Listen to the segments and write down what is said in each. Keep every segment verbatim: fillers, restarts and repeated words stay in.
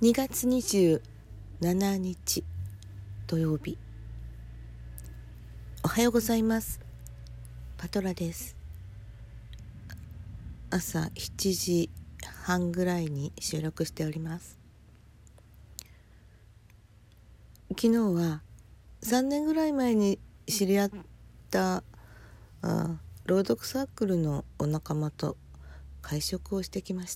にがつにじゅうしちにち土曜日、おはようございます。パトラです。朝しちじはんぐらいに収録しております。昨日はさんねんぐらい前に知り合ったあ朗読サークルのお仲間と会食をしてきました。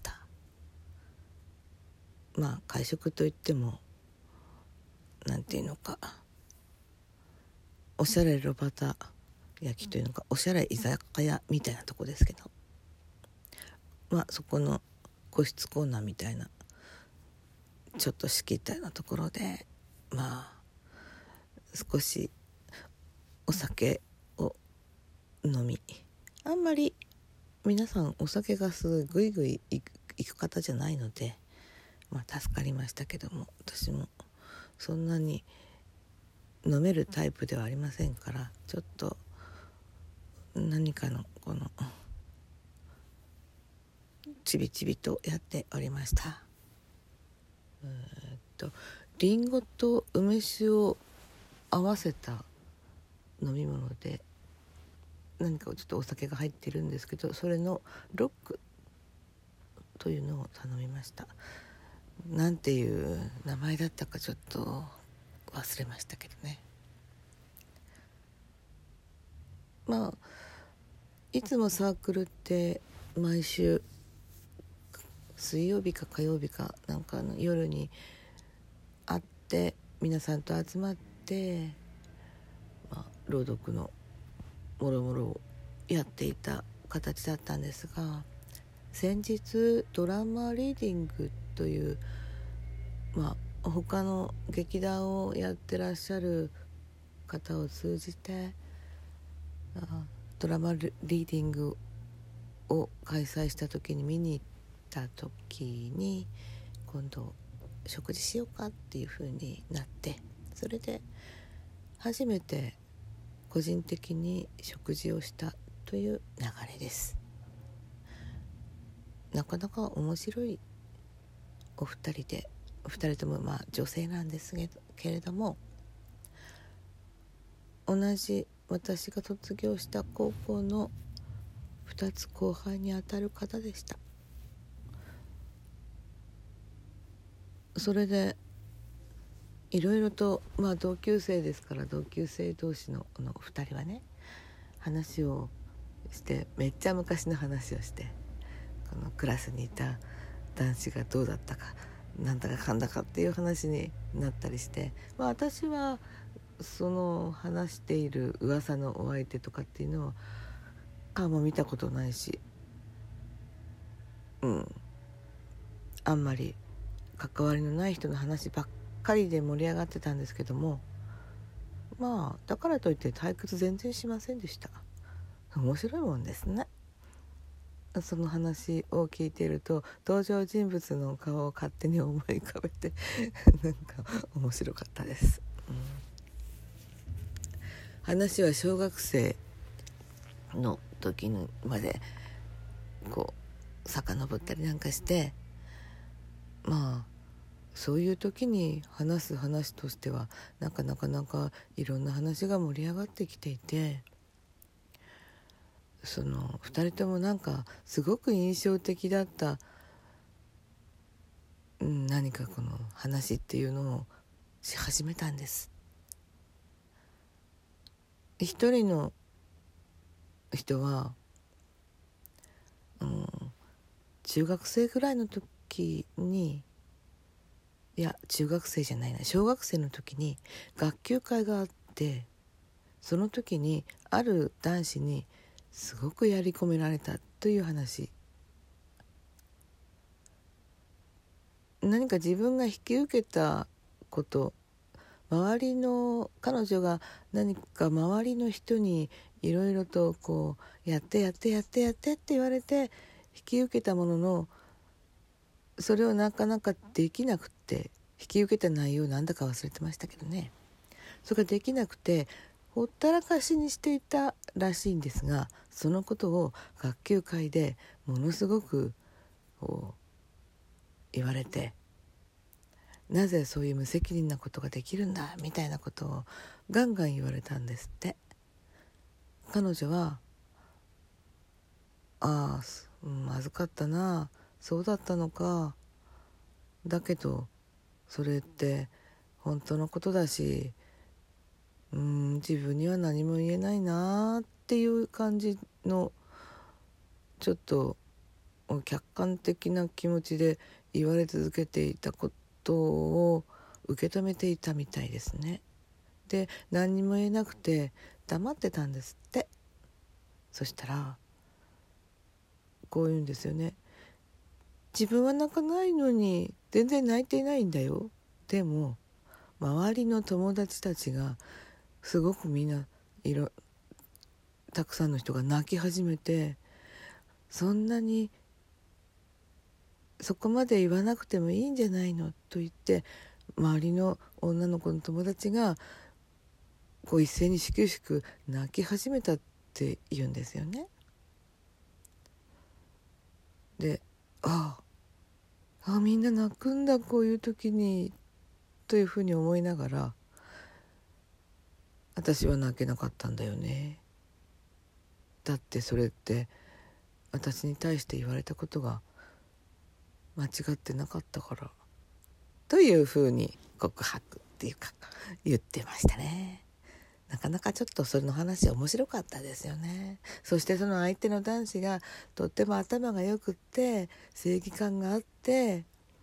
まあ会食といってもなんていうのか、おしゃれ炉端焼きというのか、おしゃれ居酒屋みたいなとこですけど、まあそこの個室コーナーみたいなちょっと仕切ったようなところで、まあ少しお酒を飲み、あんまり皆さんお酒がすごいグイグイいく、いく方じゃないので、まあ助かりましたけども、私もそんなに飲めるタイプではありませんから、ちょっと何かのこのちびちびとやっておりました。えーっとリンゴと梅酒を合わせた飲み物で、何かちょっとお酒が入ってるんですけど、それのロックというのを頼みました。なんていう名前だったかちょっと忘れましたけどね。まあいつもサークルって毎週水曜日か火曜日かなんかの夜に会って皆さんと集まって、まあ、朗読のもろもろをやっていた形だったんですが、先日ドラマリーディングという、まあ、他の劇団をやってらっしゃる方を通じてドラマリーディングを開催した時に見に行った時に、今度食事しようかっていう風になって、それで初めて個人的に食事をしたという流れです。なかなか面白いお二人で、お二人ともまあ女性なんですけれども、同じ私が卒業した高校のふたつ後輩にあたる方でした。それでいろいろと、まあ同級生ですから、同級生同士ののふたりはね、話をして、めっちゃ昔の話をして、このクラスにいた男子がどうだったか、なんだかかんだかっていう話になったりして、まあ私はその話している噂のお相手とかっていうのは顔も見たことないし、うんあんまり関わりのない人の話ばっかりで盛り上がってたんですけども、まあだからといって退屈全然しませんでした。面白いもんですね。その話を聞いていると登場人物の顔を勝手に思い浮かべてなんか面白かったです、うん、話は小学生の時にまでこう遡ったりなんかして、まあそういう時に話す話としてはなかなかなかいろんな話が盛り上がってきていて、そのふたりともなんかすごく印象的だった、うん、何かこの話っていうのをし始めたんです。一人の人は、うん、中学生ぐらいの時に、いや中学生じゃないな小学生の時に学級会があって、その時にある男子にすごくやり込められたという話。何か自分が引き受けたこと、周りの彼女が何か周りの人にいろいろとこうやってやってやってやってって言われて引き受けたものの、それをなかなかできなくて、引き受けた内容なんだか忘れてましたけどね、それができなくてほったらかしにしていたらしいんですが、そのことを学級会でものすごくこう言われて、 なぜそういう無責任なことができるんだみたいなことをガンガン言われたんですって。彼女はああ、まずかったな、そうだったのか、だけどそれって本当のことだし、うーん自分には何も言えないなっていう感じのちょっと客観的な気持ちで言われ続けていたことを受け止めていたみたいですね。で、何にも言えなくて黙ってたんですって。そしたらこう言うんですよね。自分は泣かないのに全然泣いていないんだよ。でも周りの友達たちがすごくみんないろたくさんの人が泣き始めて、そんなにそこまで言わなくてもいいんじゃないのと言って、周りの女の子の友達がこう一斉にしくしく泣き始めたって言うんですよね。で、ああ、あみんな泣くんだこういう時にというふうに思いながら、私は泣けなかったんだよね。だってそれって私に対して言われたことが間違ってなかったからというふうに告白っていうか言ってましたね。なかなかちょっとその話面白かったですよね。そしてその相手の男子がとっても頭がよくって正義感があって、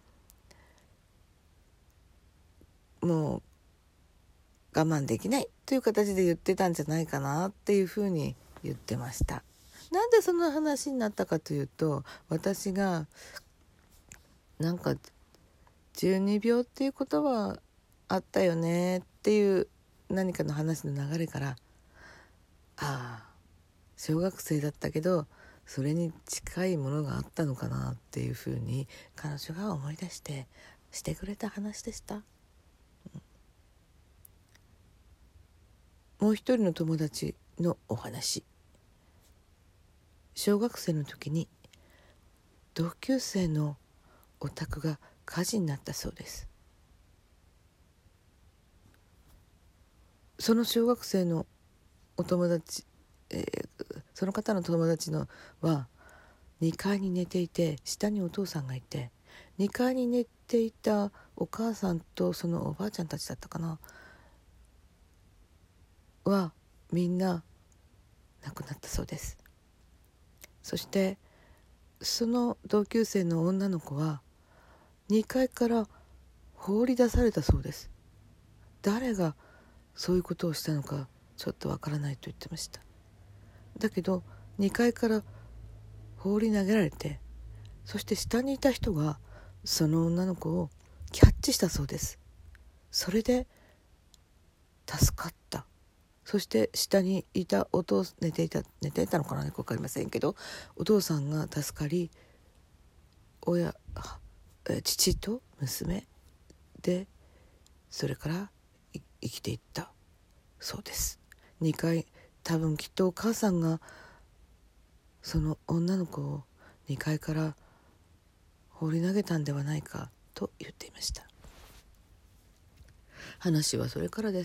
もう我慢できないという形で言ってたんじゃないかなっていうふうに言ってました。なんでその話になったかというと、私がなんかじゅうにびょうっていうことはあったよねっていう何かの話の流れから、ああ小学生だったけどそれに近いものがあったのかなっていうふうに彼女が思い出してしてくれた話でした。もう一人の友達のお話。小学生の時に同級生のお宅が火事になったそうです。その小学生のお友達、えー、その方の友達のはにかいに寝ていて、下にお父さんがいて、にかいに寝ていたお母さんとそのおばあちゃんたちだったかなはみんな亡くなったそうです。そしてその同級生の女の子はにかいから放り出されたそうです。誰がそういうことをしたのかちょっとわからないと言ってました。だけどにかいから放り投げられて、そして下にいた人がその女の子をキャッチしたそうです。それで助かった。そして下にいたお父寝ていた寝ていたのかな、よく分かりませんけど、お父さんが助かり、親父と娘でそれから生きていったそうです。にかい、多分きっとお母さんがその女の子をにかいから放り投げたんではないかと言っていました。話はそれからです。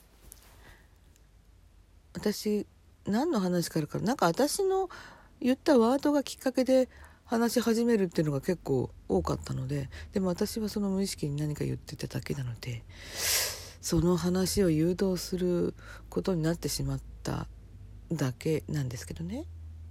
私何の話からか、なんか私の言ったワードがきっかけで話し始めるっていうのが結構多かったので、でも私はその無意識に何か言ってただけなので、その話を誘導することになってしまっただけなんですけどね。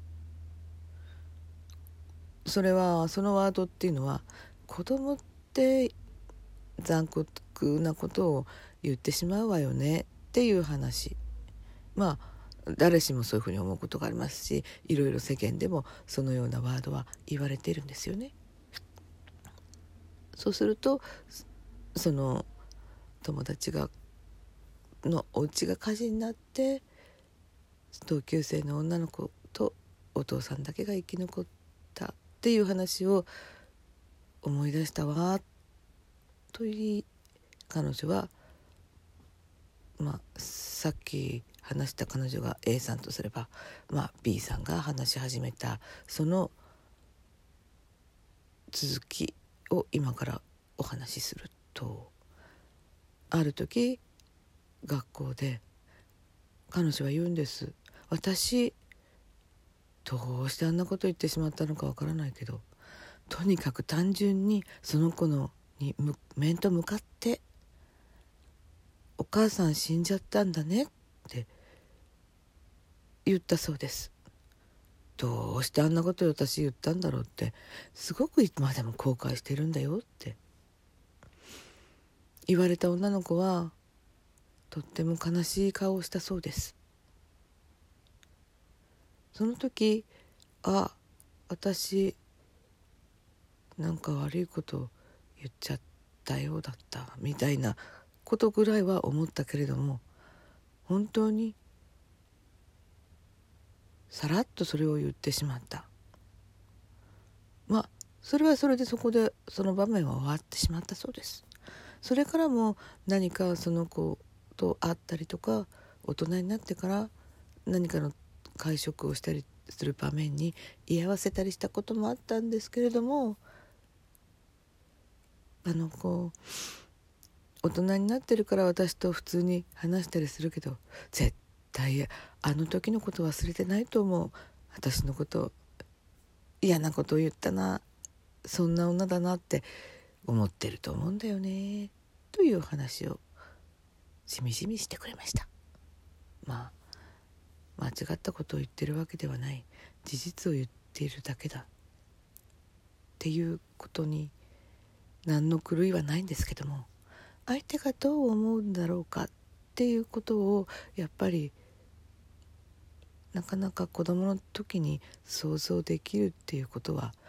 それはそのワードっていうのは、子供って残酷なことを言ってしまうわよねっていう話。まあ誰しもそういうふうに思うことがありますし、いろいろ世間でもそのようなワードは言われているんですよね。そうするとその友達がのお家が火事になって、同級生の女の子とお父さんだけが生き残ったっていう話を思い出したわと言い、彼女はまあさっき話した彼女が A さんとすれば、まあ、B さんが話し始めたその続きを今からお話しするとある時学校で彼女は言うんです。私どうしてあんなこと言ってしまったのかわからないけど、とにかく単純にその子のに面と向かって、お母さん死んじゃったんだねって言ったそうです。どうしてあんなことを私言ったんだろうって、すごく今でも後悔してるんだよって言われた女の子は、とっても悲しい顔をしたそうです。その時、あ、私なんか悪いこと言っちゃったようだったみたいなことぐらいは思ったけれども、本当にさらっとそれを言ってしまった。まあそれはそれでそこでその場面は終わってしまったそうです。それからも何かその子と会ったりとか、大人になってから何かの会食をしたりする場面に居合わせたりしたこともあったんですけれども、あの子大人になってるから私と普通に話したりするけど、絶対あの時のこと忘れてないと思う。私のこと嫌なことを言ったな、そんな女だなって思ってると思うんだよね、という話をしみじみしてくれました。まあ間違ったことを言ってるわけではない、事実を言っているだけだっていうことに何の狂いはないんですけども、相手がどう思うんだろうかっていうことをやっぱりなかなか子供の時に想像できるっていうことは